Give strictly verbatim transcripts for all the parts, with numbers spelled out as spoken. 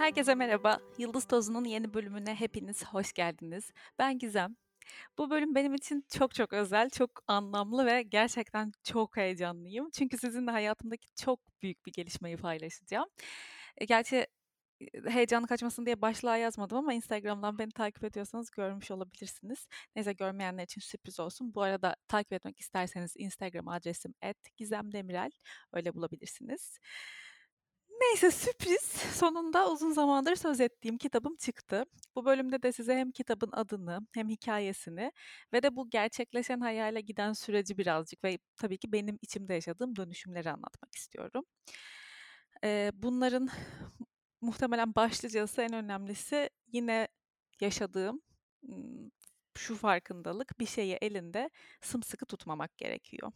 Herkese merhaba. Yıldız Tozu'nun yeni bölümüne hepiniz hoş geldiniz. Ben Gizem. Bu bölüm benim için çok çok özel, çok anlamlı ve gerçekten çok heyecanlıyım. Çünkü sizinle hayatımdaki çok büyük bir gelişmeyi paylaşacağım. E, gerçi e, heyecanı kaçmasın diye başlığa yazmadım ama Instagram'dan beni takip ediyorsanız görmüş olabilirsiniz. Neyse görmeyenler için sürpriz olsun. Bu arada takip etmek isterseniz Instagram adresim et gizemdemirel. Öyle bulabilirsiniz. Neyse sürpriz. Sonunda uzun zamandır söz ettiğim kitabım çıktı. Bu bölümde de size hem kitabın adını hem hikayesini ve de bu gerçekleşen hayale giden süreci birazcık ve tabii ki benim içimde yaşadığım dönüşümleri anlatmak istiyorum. Eee, bunların muhtemelen başlıcası en önemlisi yine yaşadığım ım, şu farkındalık: bir şeyi elinde sımsıkı tutmamak gerekiyor.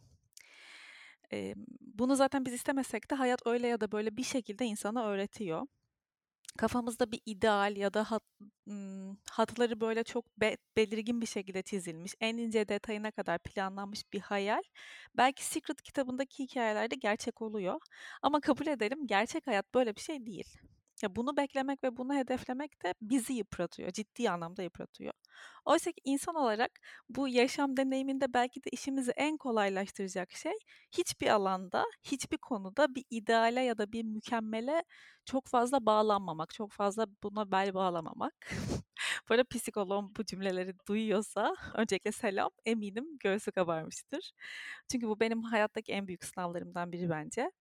Emm, bunu zaten biz istemesek de hayat öyle ya da böyle bir şekilde insana öğretiyor. Kafamızda bir ideal ya da hat ımm, hatları böyle çok be belirgin bir şekilde çizilmiş, en ince detayına kadar planlanmış bir hayal belki Secret kitabındaki hikâyelerde gerçek oluyor ama kabul edelim, gerçek hayat böyle bir şey değil. Ya, bunu beklemek ve bunu hedeflemek de bizi yıpratıyor, ciddi anlamda yıpratıyor. Oysa ki insan olarak bu yaşam deneyiminde belki de işimizi en kolaylaştıracak şey hiçbir alanda, hiçbir konuda bir ideale ya da bir mükemmele çok fazla bağlanmamak, çok fazla buna bel bağlamamak. Bu arada psikoloğum bu cümleleri duyuyorsa öncelikle selam, eminim göğsü kabarmıştır. Çünkü bu benim hayattaki en büyük sınavlarımdan biri bence.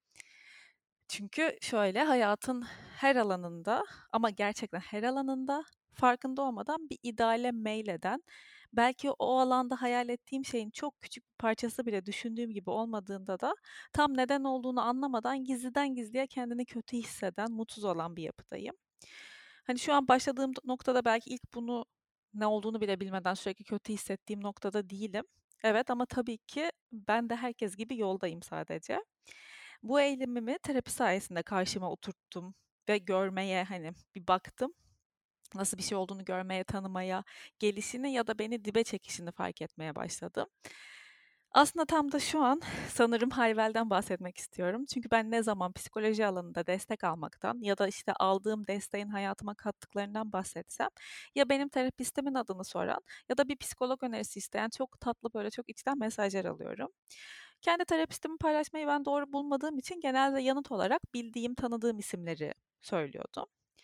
Çünkü şöyle, hayatın her alanında ama gerçekten her alanında farkında olmadan bir ideale meyleden, belki o alanda hayal ettiğim şeyin çok küçük bir parçası bile düşündüğüm gibi olmadığında da tam neden olduğunu anlamadan gizliden gizliye kendini kötü hisseden, mutsuz olan bir yapıdayım. Hani, şu an başladığım d noktada belki ilk bunu ne olduğunu bile bilmeden sürekli kötü hissettiğim noktada değilim. Evet ama tabii ki ben de herkes gibi yoldayım sadece. Bu eğilimimi terapi sayesinde karşıma oturttum ve görmeye, hani, bir baktım. Nasıl bir şey olduğunu görmeye, tanımaya, gelişini ya da beni dibe çekişini fark etmeye başladım. Aslında tam da şu an sanırım Hayvel'den bahsetmek istiyorum. Çünkü ben ne zaman psikoloji alanında destek almaktan ya da, işte, aldığım desteğin hayatıma kattıklarından bahsetsem ya benim terapistimin adını soran ya da bir psikolog önerisi isteyen çok tatlı, böyle, çok içten mesajlar alıyorum. Kendi terapistimi paylaşmayı ben doğru bulmadığım için genelde yanıt olarak bildiğim, tanıdığım isimleri söylüyordum.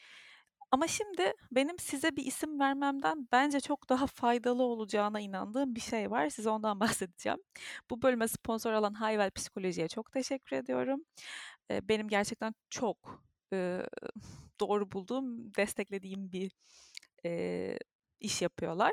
Ama şimdi benim size bir isim vermemden bence çok daha faydalı olacağına inandığım bir şey var. Size ondan bahsedeceğim. Bu bölüme sponsor olan Hayvel Psikoloji'ye çok teşekkür ediyorum. Eee, benim gerçekten çok, ııı, doğru bulduğum, desteklediğim bir, eee, iş yapıyorlar.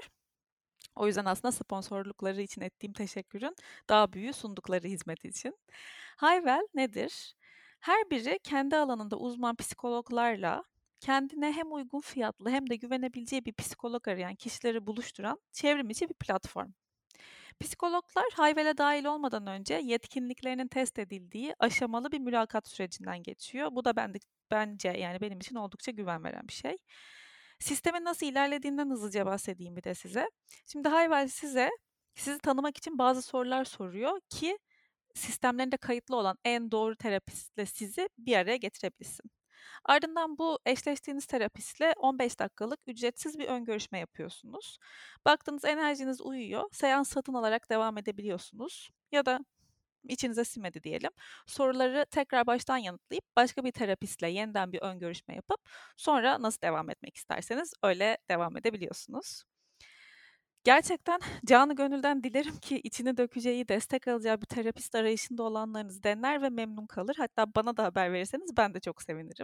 O yüzden aslında sponsorlukları için ettiğim teşekkürün daha büyüğü sundukları hizmet için. Hayvel nedir? Her biri kendi alanında uzman psikologlarla kendine hem uygun fiyatlı hem de güvenebileceği bir psikolog arayan kişileri buluşturan çevrim içi bir platform. Psikologlar Hayvel'e dahil olmadan önce yetkinliklerinin test edildiği aşamalı bir mülakat sürecinden geçiyor. Bu da bendik bence, yani, benim için oldukça güven veren bir şey. Sistemin nasıl ilerlediğinden hızlıca bahsedeyim bir de size. Şimdi Hayvel size, sizi tanımak için bazı sorular soruyor ki sistemlerinde kayıtlı olan en doğru terapistle sizi bir araya getirebilsin. Ardından bu eşleştiğiniz terapistle on beş dakikalık ücretsiz bir ön görüşme yapıyorsunuz. Baktınız enerjiniz uyuyor, seans satın alarak devam edebiliyorsunuz ya da içinize sinmedi diyelim. Soruları tekrar baştan yanıtlayıp başka bir terapistle yeniden bir ön görüşme yapıp sonra nasıl devam etmek isterseniz öyle devam edebiliyorsunuz. Gerçekten canı gönülden dilerim ki içini dökeceği, destek alacağı bir terapist arayışında olanlarınız dener ve memnun kalır. Hatta bana da haber verirseniz ben de çok sevinirim.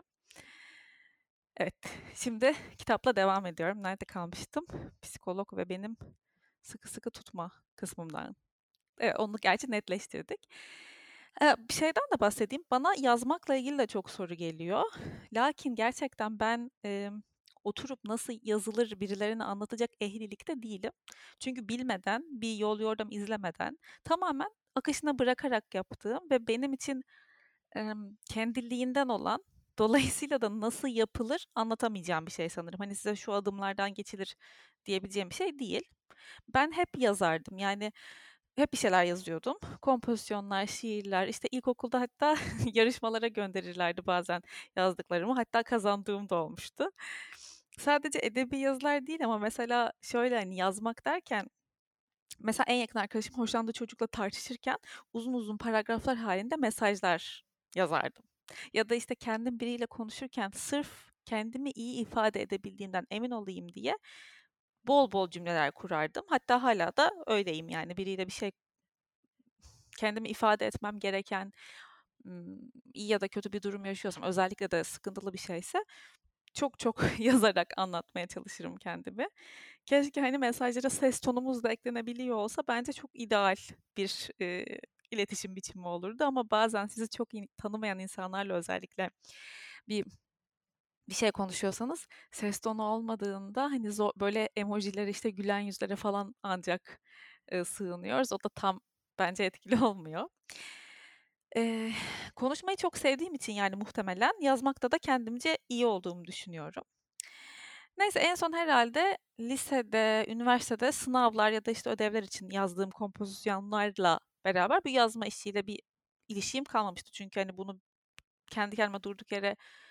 Evet, şimdi kitapla devam ediyorum. Nerede kalmıştım? Psikolog ve benim sıkı sıkı tutma kısmımdan. Evet, onu gerçi netleştirdik. Eee, bir şeyden de bahsedeyim. Bana yazmakla ilgili de çok soru geliyor. Lakin gerçekten ben, emm, oturup nasıl yazılır birilerine anlatacak ehlilikte değilim. Çünkü bilmeden, bir yol yordam izlemeden tamamen akışına bırakarak yaptığım ve benim için, emm, kendiliğinden olan, dolayısıyla da nasıl yapılır anlatamayacağım bir şey sanırım. Hani, size şu adımlardan geçilir diyebileceğim bir şey değil. Ben hep yazardım. Yani, hep bir şeyler yazıyordum. Kompozisyonlar, şiirler, işte ilkokulda hatta yarışmalara gönderirlerdi bazen yazdıklarımı. Hatta kazandığım da olmuştu. Sadece edebi yazılar değil ama mesela şöyle hani yazmak derken mesela en yakın arkadaşım hoşlandığı çocukla tartışırken uzun uzun paragraflar halinde mesajlar yazardım. Ya da işte kendim biriyle konuşurken sırf kendimi iyi ifade edebildiğimden emin olayım diye bol bol cümleler kurardım. Hatta hala da öyleyim yani biriyle bir şey kendimi ifade etmem gereken ım, iyi ya da kötü bir durum yaşıyorsam özellikle de sıkıntılı bir şeyse çok çok yazarak anlatmaya çalışırım kendimi. Keşke hani mesajlara ses tonumuz da eklenebiliyor olsa bence çok ideal bir e, iletişim biçimi olurdu ama bazen sizi çok iyi tanımayan insanlarla özellikle bir bir şey konuşuyorsanız ses tonu olmadığında hani zor, böyle emojilere işte gülen yüzlere falan ancak e, sığınıyoruz. O da tam bence etkili olmuyor. Eee, konuşmayı çok sevdiğim için yani muhtemelen yazmakta da kendimce iyi olduğumu düşünüyorum. Neyse en son herhalde lisede, üniversitede sınavlar ya da işte ödevler için yazdığım kompozisyonlarla beraber bu yazma işiyle bir ilişkim kalmamıştı. Çünkü hani bunu kendi kendime durduk yere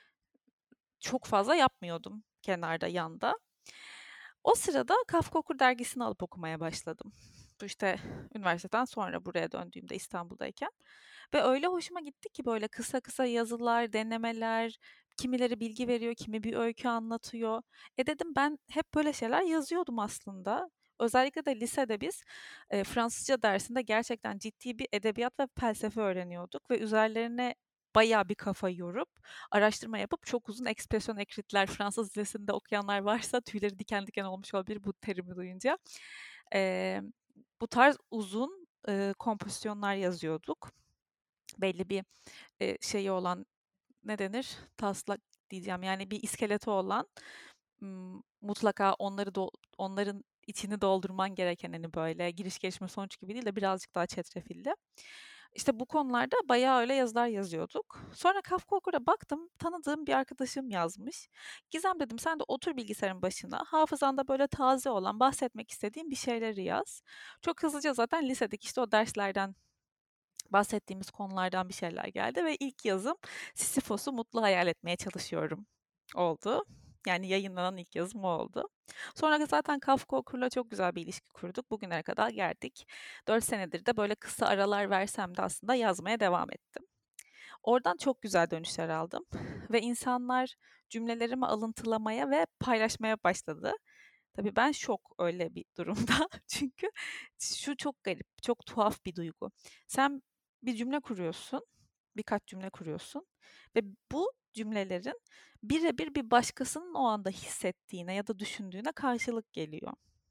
çok fazla yapmıyordum kenarda, yanda. O sırada Kafka Okur dergisini alıp okumaya başladım. Bu işte üniversiteden sonra buraya döndüğümde İstanbul'dayken. Ve öyle hoşuma gitti ki böyle kısa kısa yazılar, denemeler, kimileri bilgi veriyor, kimi bir öykü anlatıyor. E dedim ben hep böyle şeyler yazıyordum aslında. Özellikle de lisede biz e, Fransızca dersinde gerçekten ciddi bir edebiyat ve felsefe öğreniyorduk ve üzerlerine bayağı bir kafa yorup araştırma yapıp çok uzun ekspresyon ekritler Fransız lisesinde okuyanlar varsa tüyleri diken diken olmuş olabilir bu terimi duyunca. Eee, bu tarz uzun eee, kompozisyonlar yazıyorduk. Belli bir eee, şeyi olan ne denir? Taslak diyeceğim. Yani bir iskeleti olan ım, mutlaka onları do- onların içini doldurman gereken hani böyle giriş gelişme sonuç gibi değil de birazcık daha çetrefilli. İşte bu konularda bayağı öyle yazılar yazıyorduk. Sonra Kafka Okur'a baktım, tanıdığım bir arkadaşım yazmış. Gizem dedim sen de otur bilgisayarın başına. Hafızanda böyle taze olan, bahsetmek istediğin bir şeyleri yaz. Çok hızlıca zaten lisedeki işte o derslerden bahsettiğimiz konulardan bir şeyler geldi ve ilk yazım Sisyphos'u mutlu hayal etmeye çalışıyorum oldu. Yani yayınlanan ilk yazım o oldu. Sonra zaten Kafka Okur'la çok güzel bir ilişki kurduk. Bugünlere kadar geldik. Dört senedir de böyle kısa aralar versem de aslında yazmaya devam ettim. Oradan çok güzel dönüşler aldım ve insanlar cümlelerimi alıntılamaya ve paylaşmaya başladı. Tabii ben şok öyle bir durumda. Çünkü şu çok garip, çok tuhaf bir duygu. Sen bir cümle kuruyorsun, birkaç cümle kuruyorsun ve bu cümlelerin birebir bir başkasının o anda hissettiğine ya da düşündüğüne karşılık geliyor.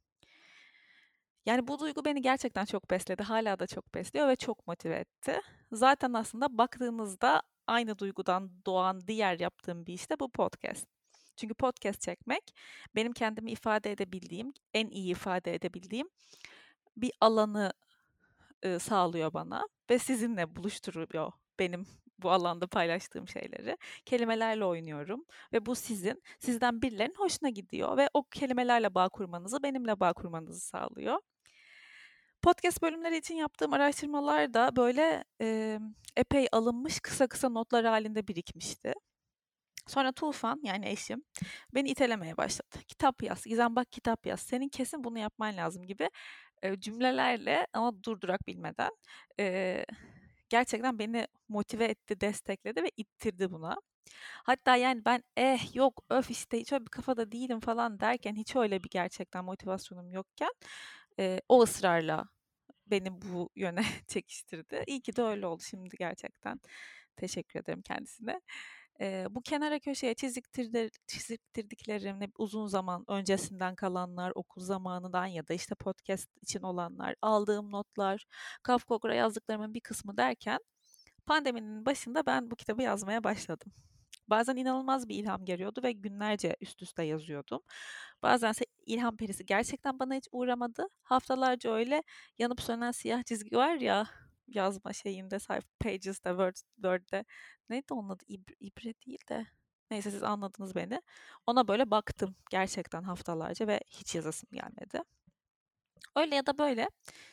Yani bu duygu beni gerçekten çok besledi. Hala da çok besliyor ve çok motive etti. Zaten aslında baktığınızda aynı duygudan doğan diğer yaptığım bir iş de bu podcast. Çünkü podcast çekmek benim kendimi ifade edebildiğim, en iyi ifade edebildiğim bir alanı e, sağlıyor bana ve sizinle buluşturuyor benim bu alanda paylaştığım şeyleri. Kelimelerle oynuyorum ve bu sizin, sizden birilerinin hoşuna gidiyor ve o kelimelerle bağ kurmanızı, benimle bağ kurmanızı sağlıyor. Podcast bölümleri için yaptığım araştırmalar da böyle e, epey alınmış kısa kısa notlar halinde birikmişti. Sonra Tufan yani eşim beni itelemeye başladı. Kitap yaz, Gizem bak kitap yaz. Senin kesin bunu yapman lazım gibi e, cümlelerle ama durdurak bilmeden e, gerçekten beni motive etti, destekledi ve ittirdi buna. Hatta yani ben eh yok öf işte hiç öyle bir kafada değilim falan derken hiç öyle bir gerçekten motivasyonum yokken e, o ısrarla beni bu yöne çekiştirdi. İyi ki de öyle oldu şimdi gerçekten. Teşekkür ederim kendisine. Eee, bu kenara köşeye çiziktirdir, çiziktirdiklerim ne uzun zaman öncesinden kalanlar, okul zamanından ya da işte podcast için olanlar, aldığım notlar, Kafka Okur'a yazdıklarımın bir kısmı derken pandeminin başında ben bu kitabı yazmaya başladım. Bazen inanılmaz bir ilham geliyordu ve günlerce üst üste yazıyordum. Bazense ilham perisi gerçekten bana hiç uğramadı. Haftalarca öyle yanıp sönen siyah çizgi var ya yazma şeyinde sayfa Pages'te Word, Word'de neydi onun adı? İbre, İbre değil de neyse siz anladınız beni. Ona böyle baktım gerçekten haftalarca ve hiç yazasım gelmedi. Öyle ya da böyle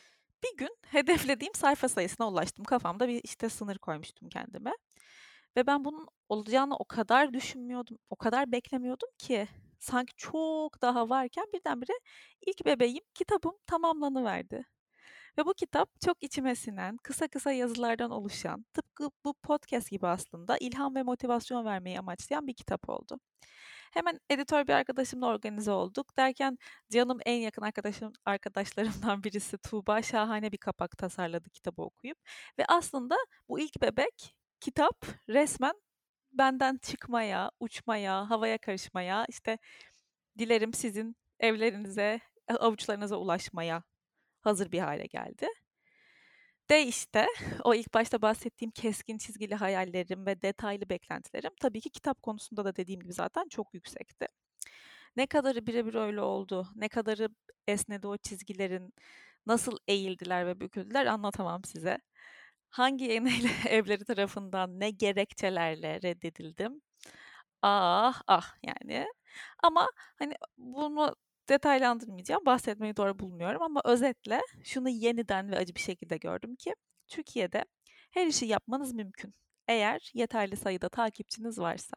Bir gün hedeflediğim sayfa sayısına ulaştım. Kafamda bir işte sınır koymuştum kendime. Ve ben bunun olacağını o kadar düşünmüyordum, o kadar beklemiyordum ki sanki çok daha varken birdenbire ilk bebeğim kitabım tamamlanıverdi. Ve bu kitap çok içime sinen, kısa kısa yazılardan oluşan, tıpkı bu podcast gibi aslında ilham ve motivasyon vermeyi amaçlayan bir kitap oldu. Hemen editör bir arkadaşımla organize olduk. Derken canım en yakın arkadaşım arkadaşlarımdan birisi Tuğba şahane bir kapak tasarladı kitabı okuyup. Ve aslında bu ilk bebek kitap resmen benden çıkmaya, uçmaya, havaya karışmaya, işte dilerim sizin evlerinize, avuçlarınıza ulaşmaya hazır bir hale geldi. De işte o ilk başta bahsettiğim keskin çizgili hayallerim ve detaylı beklentilerim tabii ki kitap konusunda da dediğim gibi zaten çok yüksekti. Ne kadarı birebir öyle oldu, ne kadarı esnedi o çizgilerin, nasıl eğildiler ve büküldüler anlatamam size. Hangi yayın evleri tarafından ne gerekçelerle reddedildim. Ah ah yani. Ama hani bunu detaylandırmayacağım, bahsetmeyi doğru bulmuyorum ama özetle şunu yeniden ve acı bir şekilde gördüm ki Türkiye'de her işi yapmanız mümkün. Eğer yeterli sayıda takipçiniz varsa.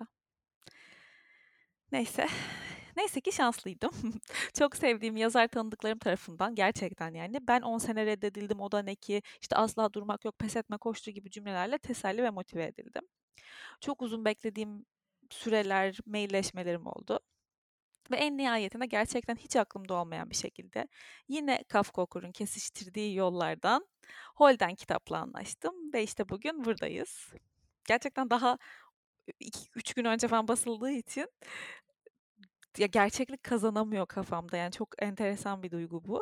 Neyse. Neyse ki şanslıydım. Çok sevdiğim yazar tanıdıklarım tarafından gerçekten yani ben on sene reddedildim o da ne ki işte asla durmak yok pes etme koştu gibi cümlelerle teselli ve motive edildim. Çok uzun beklediğim süreler, mailleşmelerim oldu. Ve en nihayetinde gerçekten hiç aklımda olmayan bir şekilde yine Kafka Okur'un kesiştirdiği yollardan Holden Kitap'la anlaştım ve işte bugün buradayız. Gerçekten daha iki üç gün önce falan basıldığı için ya gerçeklik kazanamıyor kafamda. Yani çok enteresan bir duygu bu.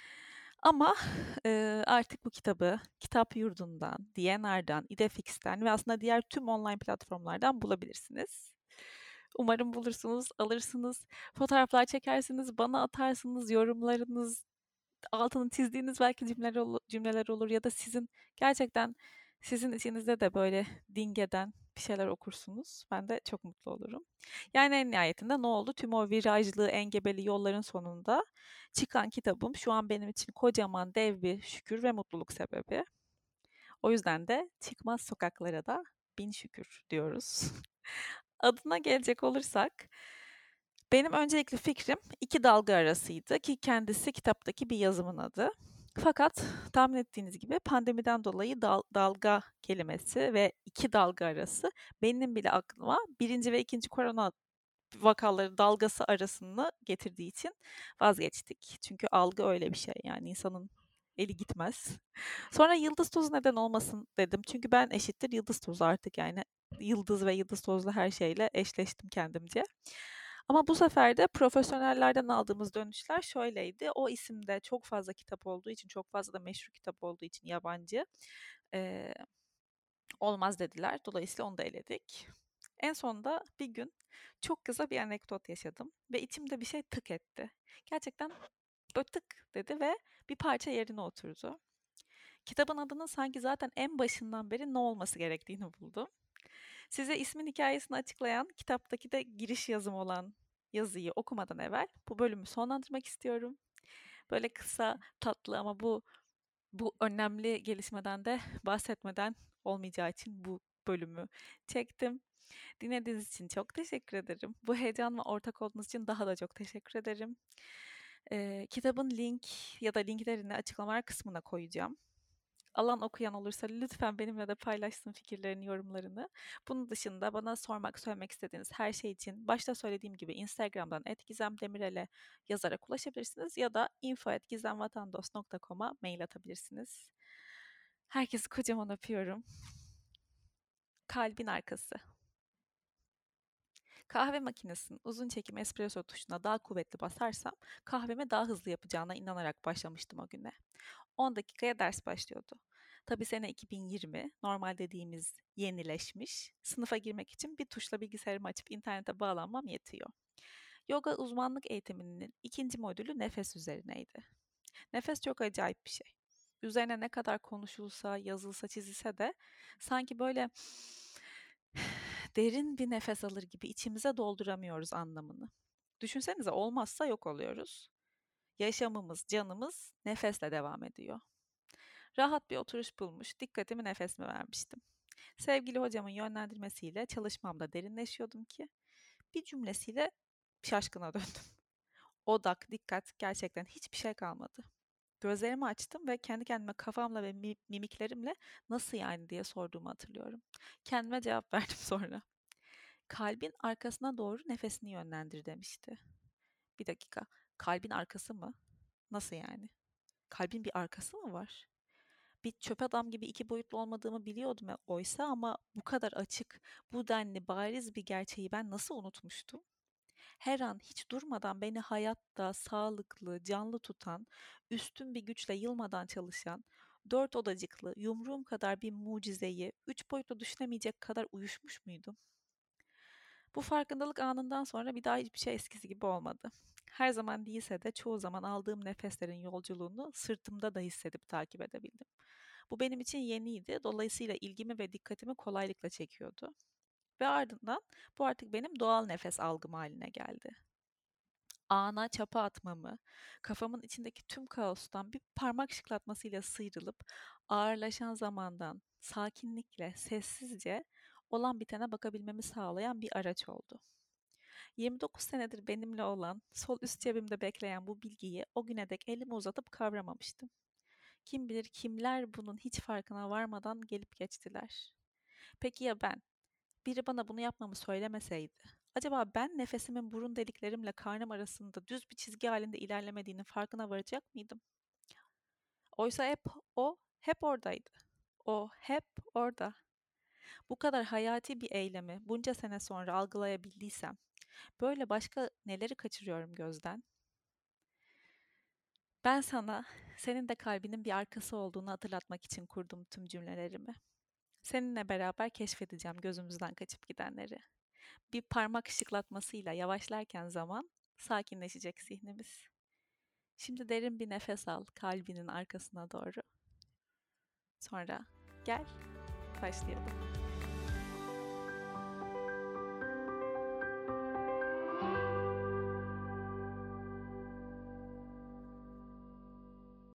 Ama eee, artık bu kitabı Kitap Yurdu'ndan, D N R'dan, İdefix'ten ve aslında diğer tüm online platformlardan bulabilirsiniz. Umarım bulursunuz, alırsınız, fotoğraflar çekersiniz, bana atarsınız, yorumlarınız, altını çizdiğiniz belki cümleler, olu- cümleler olur ya da sizin gerçekten sizin içinizde de böyle dingeden bir şeyler okursunuz. Ben de çok mutlu olurum. Yani en nihayetinde ne oldu? Tüm o virajlı, engebeli yolların sonunda çıkan kitabım şu an benim için kocaman dev bir şükür ve mutluluk sebebi. O yüzden de çıkmaz sokaklara da bin şükür diyoruz. Adına gelecek olursak, benim öncelikli fikrim iki dalga arasıydı ki kendisi kitaptaki bir yazımın adı. Fakat tahmin ettiğiniz gibi pandemiden dolayı dal- dalga kelimesi ve iki dalga arası benim bile aklıma birinci ve ikinci korona vakaları dalgası arasını getirdiği için vazgeçtik. Çünkü algı öyle bir şey yani insanın eli gitmez. Sonra yıldız tozu neden olmasın dedim. Çünkü ben eşittir yıldız tozu artık yani yıldız ve yıldız tozlu her şeyle eşleştim kendimce. Ama bu sefer de profesyonellerden aldığımız dönüşler şöyleydi. O isimde çok fazla kitap olduğu için, çok fazla da meşhur kitap olduğu için yabancı eee, olmaz dediler. Dolayısıyla onu da eledik. En sonunda bir gün çok kısa bir anekdot yaşadım ve içimde bir şey tık etti. Gerçekten böyle tık dedi ve bir parça yerine oturdu. Kitabın adının sanki zaten en başından beri ne olması gerektiğini buldum. Size ismin hikayesini açıklayan, kitaptaki de giriş yazım olan yazıyı okumadan evvel bu bölümü sonlandırmak istiyorum. Böyle kısa, tatlı ama bu bu önemli gelişmeden de bahsetmeden olmayacağı için bu bölümü çektim. Dinlediğiniz için çok teşekkür ederim. Bu heyecanıma ortak olduğunuz için daha da çok teşekkür ederim. Ee, kitabın link ya da linklerini açıklamalar kısmına koyacağım. Alan okuyan olursa lütfen benimle de paylaşsın fikirlerini, yorumlarını. Bunun dışında bana sormak, söylemek istediğiniz her şey için başta söylediğim gibi Instagram'dan et gizemdemirel'e yazarak ulaşabilirsiniz ya da info at gizemvatandos nokta com'a mail atabilirsiniz. Herkesi kocaman öpüyorum. Kalbin arkası. Kahve makinesinin uzun çekim espresso tuşuna daha kuvvetli basarsam kahvemi daha hızlı yapacağına inanarak başlamıştım o güne. on dakikaya ders başlıyordu. Tabii sene iki bin yirmi, normal dediğimiz yenileşmiş. Sınıfa girmek için bir tuşla bilgisayarımı açıp internete bağlanmam yetiyor. Yoga uzmanlık eğitiminin ikinci modülü nefes üzerineydi. Nefes çok acayip bir şey. Üzerine ne kadar konuşulsa, yazılsa, çizilse de sanki böyle derin bir nefes alır gibi içimize dolduramıyoruz anlamını. Düşünsenize olmazsa yok oluyoruz. Yaşamımız, canımız nefesle devam ediyor. Rahat bir oturuş bulmuş, dikkatimi nefesime vermiştim. Sevgili hocamın yönlendirmesiyle çalışmamda derinleşiyordum ki bir cümlesiyle şaşkına döndüm. Odak, dikkat, gerçekten hiçbir şey kalmadı. Gözlerimi açtım ve kendi kendime kafamla ve mi- mimiklerimle nasıl yani diye sorduğumu hatırlıyorum. Kendime cevap verdim sonra. Kalbin arkasına doğru nefesini yönlendir demişti. Bir dakika, kalbin arkası mı? Nasıl yani? Kalbin bir arkası mı var? Bir çöp adam gibi iki boyutlu olmadığımı biliyordum e- oysa ama bu kadar açık, bu denli bariz bir gerçeği ben nasıl unutmuştum? Her an hiç durmadan beni hayatta, sağlıklı, canlı tutan, üstün bir güçle yılmadan çalışan, dört odacıklı, yumruğum kadar bir mucizeyi üç boyutlu düşünemeyecek kadar uyuşmuş muydum? Bu farkındalık anından sonra bir daha hiçbir şey eskisi gibi olmadı. Her zaman değilse de çoğu zaman aldığım nefeslerin yolculuğunu sırtımda da hissedip takip edebildim. Bu benim için yeniydi. Dolayısıyla ilgimi ve dikkatimi kolaylıkla çekiyordu. Ve ardından bu artık benim doğal nefes algım haline geldi. Ana çapa atmamı, kafamın içindeki tüm kaostan bir parmak şıklatmasıyla sıyrılıp ağırlaşan zamandan sakinlikle, sessizce olan bitene bakabilmemi sağlayan bir araç oldu. yirmi dokuz senedir benimle olan, sol üst cebimde bekleyen bu bilgiyi o güne dek elimi uzatıp kavramamıştım. Kim bilir kimler bunun hiç farkına varmadan gelip geçtiler. Peki ya ben? Biri bana bunu yapmamı söylemeseydi, acaba ben nefesimin burun deliklerimle karnım arasında düz bir çizgi halinde ilerlemediğinin farkına varacak mıydım? Oysa hep o, hep oradaydı. O hep orada. Bu kadar hayati bir eylemi bunca sene sonra algılayabildiysem, böyle başka neleri kaçırıyorum gözden? Ben sana, senin de kalbinin bir arkası olduğunu hatırlatmak için kurdum tüm cümlelerimi. Seninle beraber keşfedeceğim gözümüzden kaçıp gidenleri. Bir parmak şıklatmasıyla yavaşlarken zaman sakinleşecek zihnimiz. Şimdi derin bir nefes al kalbinin arkasına doğru. Sonra gel başlayalım.